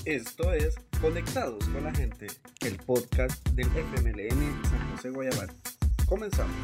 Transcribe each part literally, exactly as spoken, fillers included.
Esto es Conectados con la Gente, el podcast del F M L N San José Guayabal. Comenzamos.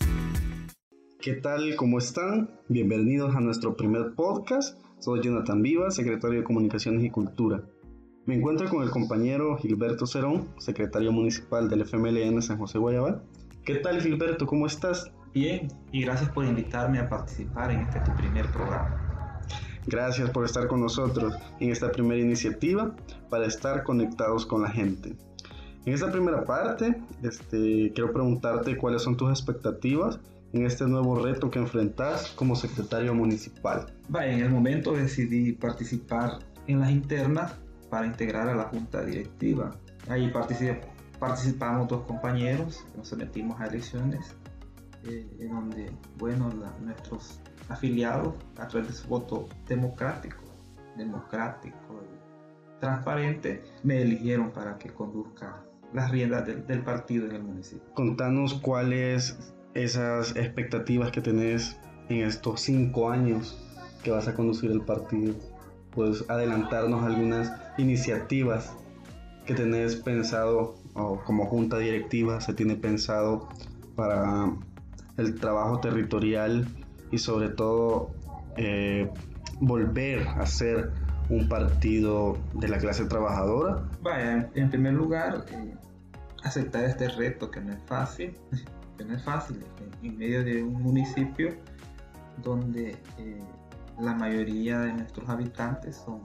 ¿Qué tal? ¿Cómo están? Bienvenidos a nuestro primer podcast. Soy Jonathan Viva, secretario de Comunicaciones y Cultura. Me encuentro con el compañero Gilberto Cerón, secretario municipal del F M L N San José Guayabal. ¿Qué tal, Gilberto? ¿Cómo estás? Bien, y gracias por invitarme a participar en este tu primer programa. Gracias por estar con nosotros en esta primera iniciativa para estar conectados con la gente. En esta primera parte, este, quiero preguntarte cuáles son tus expectativas en este nuevo reto que enfrentas como secretario municipal. Vaya, en el momento decidí participar en las internas para integrar a la junta directiva. Ahí particip- participamos dos compañeros, nos sometimos a elecciones, eh, en donde, bueno, la, nuestros afiliados, a través de su voto democrático, democrático y transparente, me eligieron para que conduzca las riendas del, del partido en el municipio. Contanos cuáles esas expectativas que tenés en estos cinco años que vas a conducir el partido. Puedes adelantarnos algunas iniciativas que tenés pensado, o como junta directiva se tiene pensado para el trabajo territorial y sobre todo eh, volver a ser un partido de la clase trabajadora. Vaya, en, en primer lugar, eh, aceptar este reto que no es fácil, que no es fácil, en, en medio de un municipio donde eh, la mayoría de nuestros habitantes son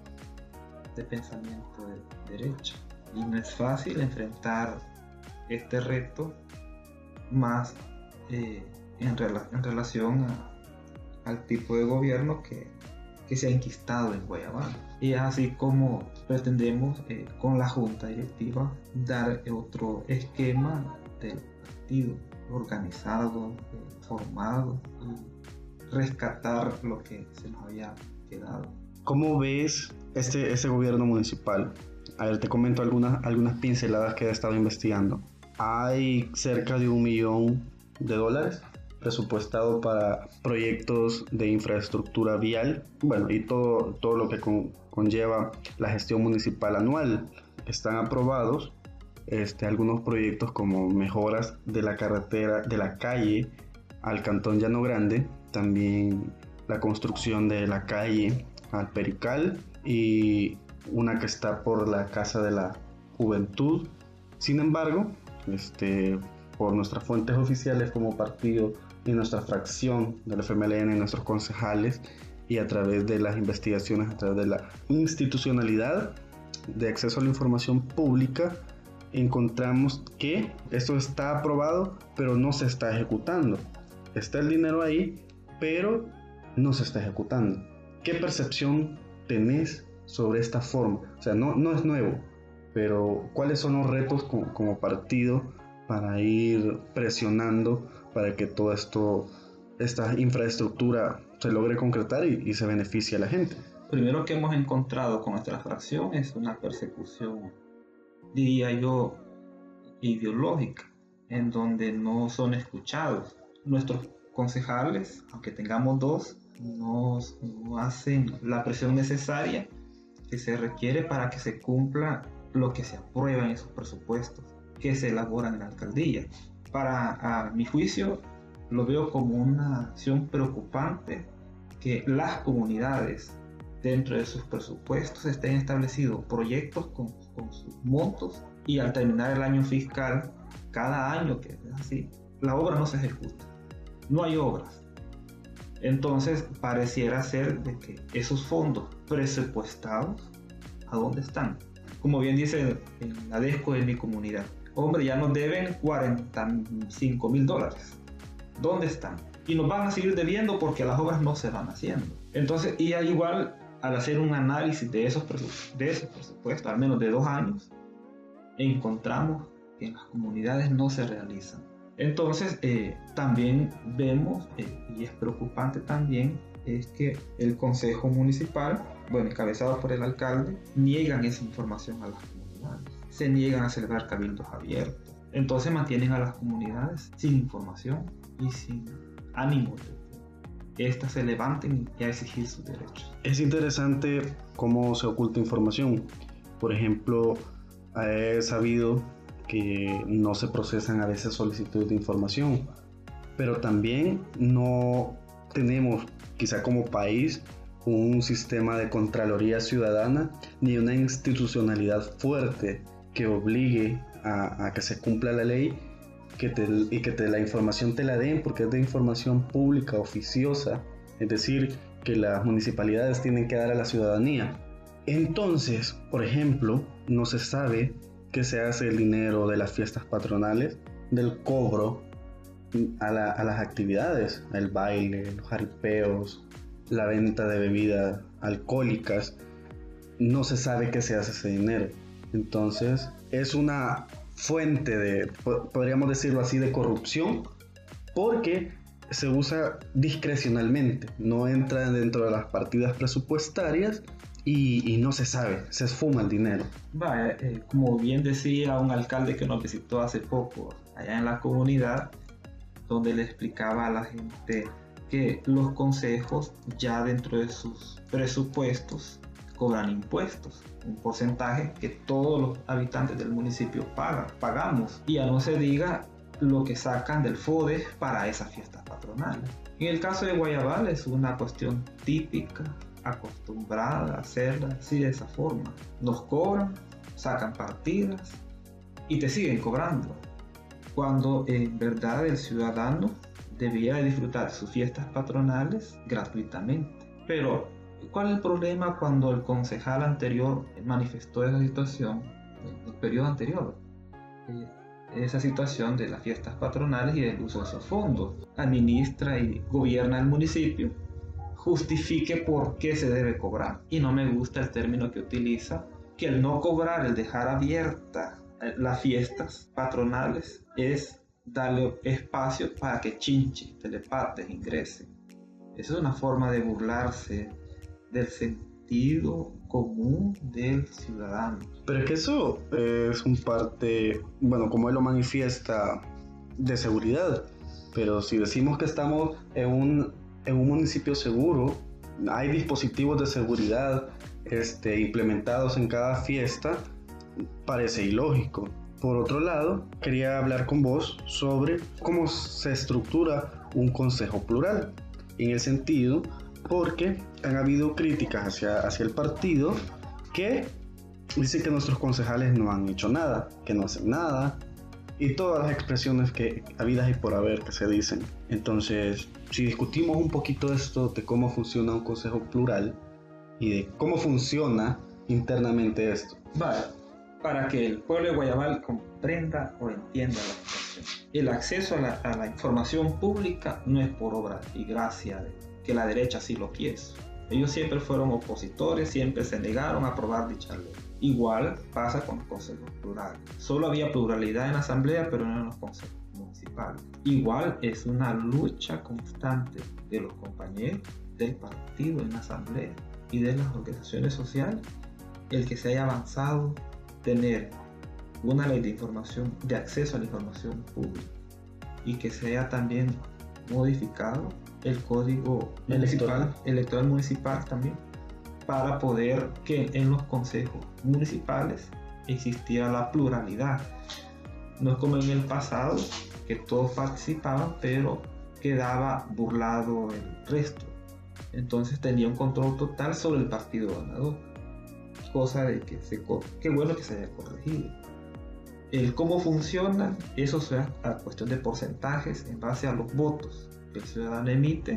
de pensamiento de derecha. Y no es fácil enfrentar este reto más eh, en, rela- en relación a, al tipo de gobierno que, que se ha enquistado en Guayabal. Y es así como pretendemos eh, con la junta directiva dar otro esquema del partido organizado, eh, formado y rescatar lo que se nos había quedado. ¿Cómo ves este, este gobierno municipal? A ver, te comento algunas, algunas pinceladas que he estado investigando. Hay cerca de un millón de dólares presupuestado para proyectos de infraestructura vial, bueno, y todo, todo lo que con, conlleva la gestión municipal anual. Están aprobados este, algunos proyectos como mejoras de la carretera, de la calle al Cantón Llano Grande, también la construcción de la calle al Perical y una que está por la Casa de la Juventud. Sin embargo, este, por nuestras fuentes oficiales como partido y nuestra fracción del F M L N, nuestros concejales, y a través de las investigaciones, a través de la institucionalidad de acceso a la información pública, encontramos que esto está aprobado, pero no se está ejecutando. Está el dinero ahí, pero no se está ejecutando. ¿Qué percepción tenés sobre esta forma? O sea, no, no es nuevo, pero ¿cuáles son los retos como, como partido para ir presionando para que todo esto, esta infraestructura se logre concretar y, y se beneficie a la gente? Primero que hemos encontrado con nuestra fracción es una persecución, diría yo, ideológica, en donde no son escuchados. Nuestros concejales, aunque tengamos dos, no, no hacen la presión necesaria que se requiere para que se cumpla lo que se aprueba en esos presupuestos que se elaboran en la alcaldía. Para a mi juicio, lo veo como una acción preocupante que las comunidades dentro de sus presupuestos estén establecidos proyectos con, con sus montos y al terminar el año fiscal, cada año que es así, la obra no se ejecuta, no hay obras. Entonces pareciera ser de que esos fondos presupuestados, ¿a dónde están? Como bien dice en la DESCO de mi comunidad, hombre, ya nos deben cuarenta y cinco mil dólares. ¿Dónde están? Y nos van a seguir debiendo porque las obras no se van haciendo. Entonces, y al igual, al hacer un análisis de esos, presupuestos, de esos presupuestos, al menos de dos años, encontramos que en las comunidades no se realizan. Entonces, eh, también vemos, eh, y es preocupante también, es que el Consejo Municipal, bueno, encabezado por el alcalde, niegan esa información a las comunidades. Se niegan a celebrar cabildos abiertos. Entonces mantienen a las comunidades sin información y sin ánimo éstas se levanten y a exigir sus derechos. Es interesante cómo se oculta información. Por ejemplo, he sabido que no se procesan a veces solicitudes de información, pero también no tenemos, quizá como país, un sistema de contraloría ciudadana ni una institucionalidad fuerte que obligue a, a que se cumpla la ley que te, y que te, la información te la den, porque es de información pública, oficiosa, es decir, que las municipalidades tienen que dar a la ciudadanía. Entonces, por ejemplo, no se sabe qué se hace el dinero de las fiestas patronales, del cobro a, la, a las actividades, el baile, los jaripeos, la venta de bebidas alcohólicas. No se sabe qué se hace ese dinero. Entonces, es una fuente de, podríamos decirlo así, de corrupción, porque se usa discrecionalmente, no entra dentro de las partidas presupuestarias y, y no se sabe, se esfuma el dinero. Vaya, eh, como bien decía un alcalde que nos visitó hace poco allá en la comunidad, donde le explicaba a la gente que los consejos ya dentro de sus presupuestos cobran impuestos, un porcentaje que todos los habitantes del municipio pagan, pagamos, y ya no se diga lo que sacan del FODES para esas fiestas patronales. En el caso de Guayabal es una cuestión típica, acostumbrada a hacerla así de esa forma. Nos cobran, sacan partidas y te siguen cobrando, cuando en verdad el ciudadano debía de disfrutar sus fiestas patronales gratuitamente. Pero ¿cuál es el problema cuando el concejal anterior manifestó esa situación en el periodo anterior? Eh, esa situación de las fiestas patronales y del uso de esos fondos. Administra y gobierna el municipio, justifique por qué se debe cobrar. Y no me gusta el término que utiliza, que el no cobrar, el dejar abiertas las fiestas patronales, es darle espacio para que chinches, telepates ingresen. Esa es una forma de burlarse del sentido común del ciudadano. Pero es que eso es un parte, bueno, como él lo manifiesta, de seguridad. Pero si decimos que estamos en un, en un municipio seguro, hay dispositivos de seguridad este, implementados en cada fiesta, parece ilógico. Por otro lado, quería hablar con vos sobre cómo se estructura un consejo plural, en el sentido porque han habido críticas hacia, hacia el partido que dicen que nuestros concejales no han hecho nada, que no hacen nada, y todas las expresiones que habidas y por haber que se dicen. Entonces, si discutimos un poquito esto de cómo funciona un consejo plural y de cómo funciona internamente esto. Vale, para que el pueblo de Guayabal comprenda o entienda la situación. El acceso a la, a la información pública no es por obra y gracia de que la derecha sí lo quiso. Ellos siempre fueron opositores, siempre se negaron a aprobar dicha ley. Igual pasa con los consejos plurales. Solo había pluralidad en la asamblea, pero no en los consejos municipales. Igual es una lucha constante de los compañeros del partido en la asamblea y de las organizaciones sociales, el que se haya avanzado tener una ley de información, de acceso a la información pública, y que se haya también modificado el código electoral municipal, electoral municipal también, para poder que en los consejos municipales existiera la pluralidad. No es como en el pasado, que todos participaban, pero quedaba burlado el resto. Entonces tenía un control total sobre el partido ganador, cosa de que se, qué bueno que se haya corregido. El cómo funciona, eso será a cuestión de porcentajes en base a los votos que el ciudadano emite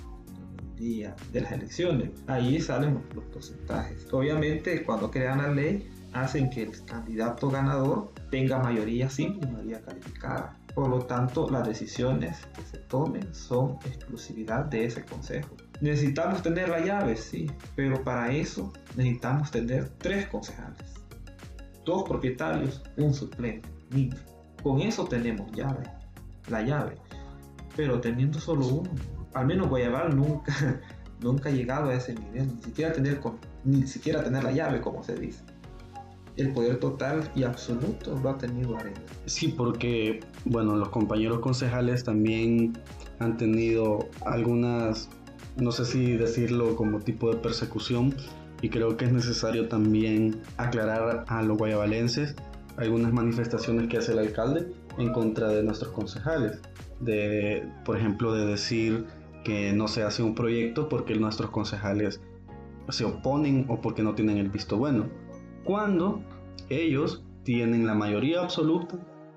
el día de las elecciones. Ahí salen los, los porcentajes. Obviamente, cuando crean la ley, hacen que el candidato ganador tenga mayoría simple y mayoría calificada. Por lo tanto, las decisiones que se tomen son exclusividad de ese consejo. ¿Necesitamos tener la llave? Sí, pero para eso necesitamos tener tres concejales, dos propietarios, un suplente. Con eso tenemos llave, la llave. Pero teniendo solo uno, al menos Guayabal nunca, nunca ha llegado a ese nivel, ni siquiera tener, ni siquiera tener la llave, como se dice. El poder total y absoluto lo ha tenido Arena. Sí, porque bueno, los compañeros concejales también han tenido algunas no sé si decirlo como tipo de persecución, y creo que es necesario también aclarar a los guayabalenses algunas manifestaciones que hace el alcalde en contra de nuestros concejales, de, por ejemplo, de decir que no se hace un proyecto porque nuestros concejales se oponen o porque no tienen el visto bueno, cuando ellos tienen la mayoría absoluta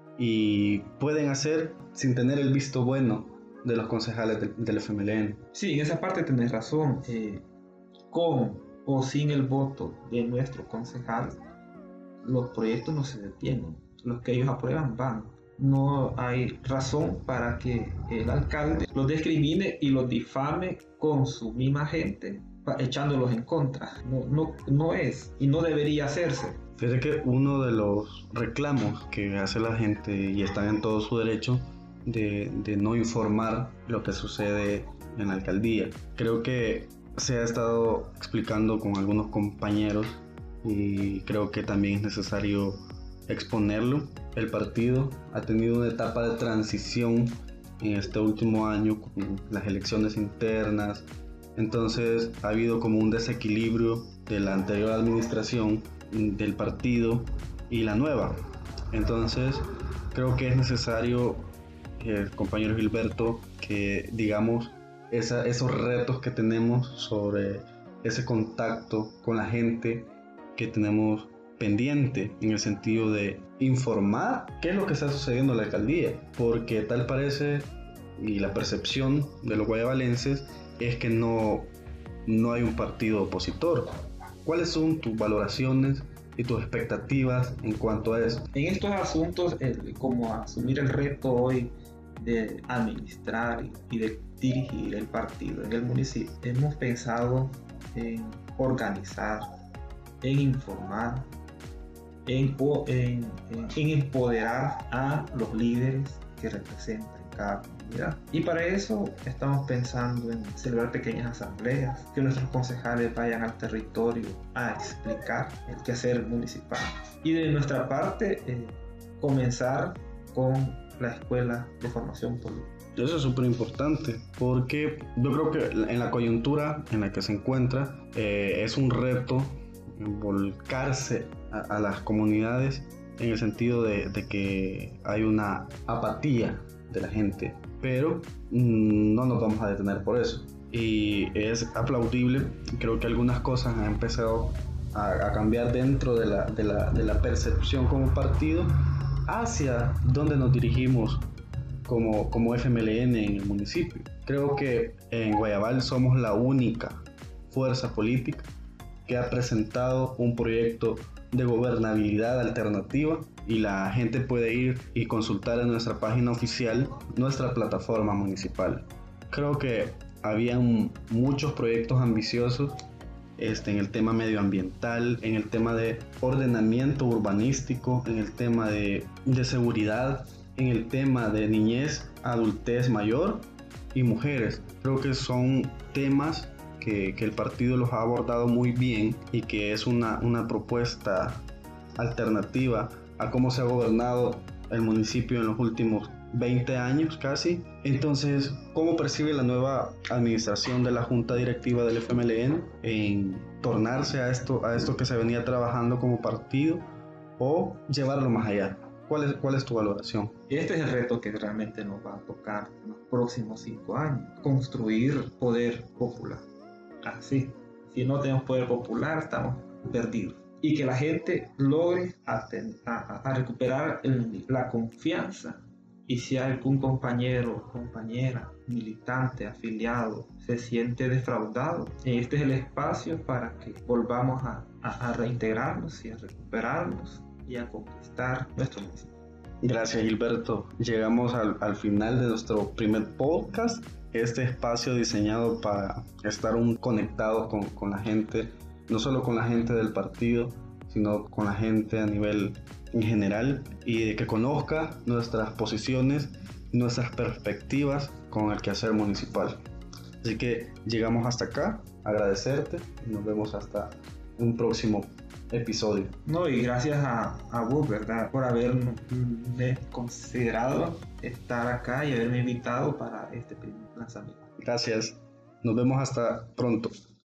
y pueden hacer sin tener el visto bueno de los concejales del, del F M L N. Sí, en esa parte tenés razón. Eh, con o sin el voto de nuestro concejal, los proyectos no se detienen. Los que ellos aprueban van. No hay razón para que el alcalde los discrimine y los difame con su misma gente, echándolos en contra. No, no, no es y no debería hacerse. Fíjate que uno de los reclamos que hace la gente, y están en todo su derecho, de, de no informar lo que sucede en la alcaldía. Creo que se ha estado explicando con algunos compañeros y creo que también es necesario exponerlo. El partido ha tenido una etapa de transición en este último año con las elecciones internas, entonces ha habido como un desequilibrio de la anterior administración del partido y la nueva. Entonces creo que es necesario, eh, compañero Gilberto, que digamos esa, esos retos que tenemos sobre ese contacto con la gente que tenemos pendiente, en el sentido de informar qué es lo que está sucediendo en la alcaldía, porque tal parece, y la percepción de los guayabalenses es que no, no hay un partido opositor. ¿Cuáles son tus valoraciones y tus expectativas en cuanto a eso? En estos asuntos, el, como asumir el reto hoy de administrar y de dirigir el partido en el municipio, hemos pensado en organizar, en informar, en, en, en empoderar a los líderes que representan cada comunidad. Y para eso estamos pensando en celebrar pequeñas asambleas, que nuestros concejales vayan al territorio a explicar el quehacer municipal. Y de nuestra parte, eh, comenzar con la escuela de formación política. Eso es súper importante, porque yo creo que en la coyuntura en la que se encuentra eh, es un reto volcarse a, a las comunidades, en el sentido de, de que hay una apatía de la gente, pero mmm, no nos vamos a detener por eso, y es aplaudible. Creo que algunas cosas han empezado a, a cambiar dentro de la, de, la, de la percepción como partido hacia donde nos dirigimos como, como F M L N en el municipio. Creo que en Guayabal somos la única fuerza política que ha presentado un proyecto de gobernabilidad alternativa, y la gente puede ir y consultar en nuestra página oficial nuestra plataforma municipal. Creo que habían muchos proyectos ambiciosos este, en el tema medioambiental, en el tema de ordenamiento urbanístico, en el tema de, de seguridad, en el tema de niñez, adultez mayor y mujeres. Creo que son temas que, que el partido los ha abordado muy bien, y que es una, una propuesta alternativa a cómo se ha gobernado el municipio en los últimos veinte años casi. Entonces, ¿cómo percibe la nueva administración de la Junta Directiva del F M L N en tornarse a esto, a esto que se venía trabajando como partido, o llevarlo más allá? ¿Cuál es, cuál es tu valoración? Este es el reto que realmente nos va a tocar en los próximos cinco años: construir poder popular. Así, si no tenemos poder popular, estamos perdidos. Y que la gente logre a, a, a recuperar el, la confianza. Y si algún compañero, compañera, militante, afiliado se siente defraudado, este es el espacio para que volvamos a, a, a reintegrarnos y a recuperarnos y a conquistar nuestro municipio. Gracias, Gilberto. Llegamos al, al final de nuestro primer podcast. Este espacio diseñado para estar un, conectados con, con la gente, no solo con la gente del partido, sino con la gente a nivel en general, y de que conozca nuestras posiciones, nuestras perspectivas con el quehacer municipal. Así que llegamos hasta acá, agradecerte, y nos vemos hasta un próximo episodio. No, y gracias a, a vos, ¿verdad?, por haberme considerado estar acá y haberme invitado para este primer lanzamiento. Gracias. Nos vemos hasta pronto.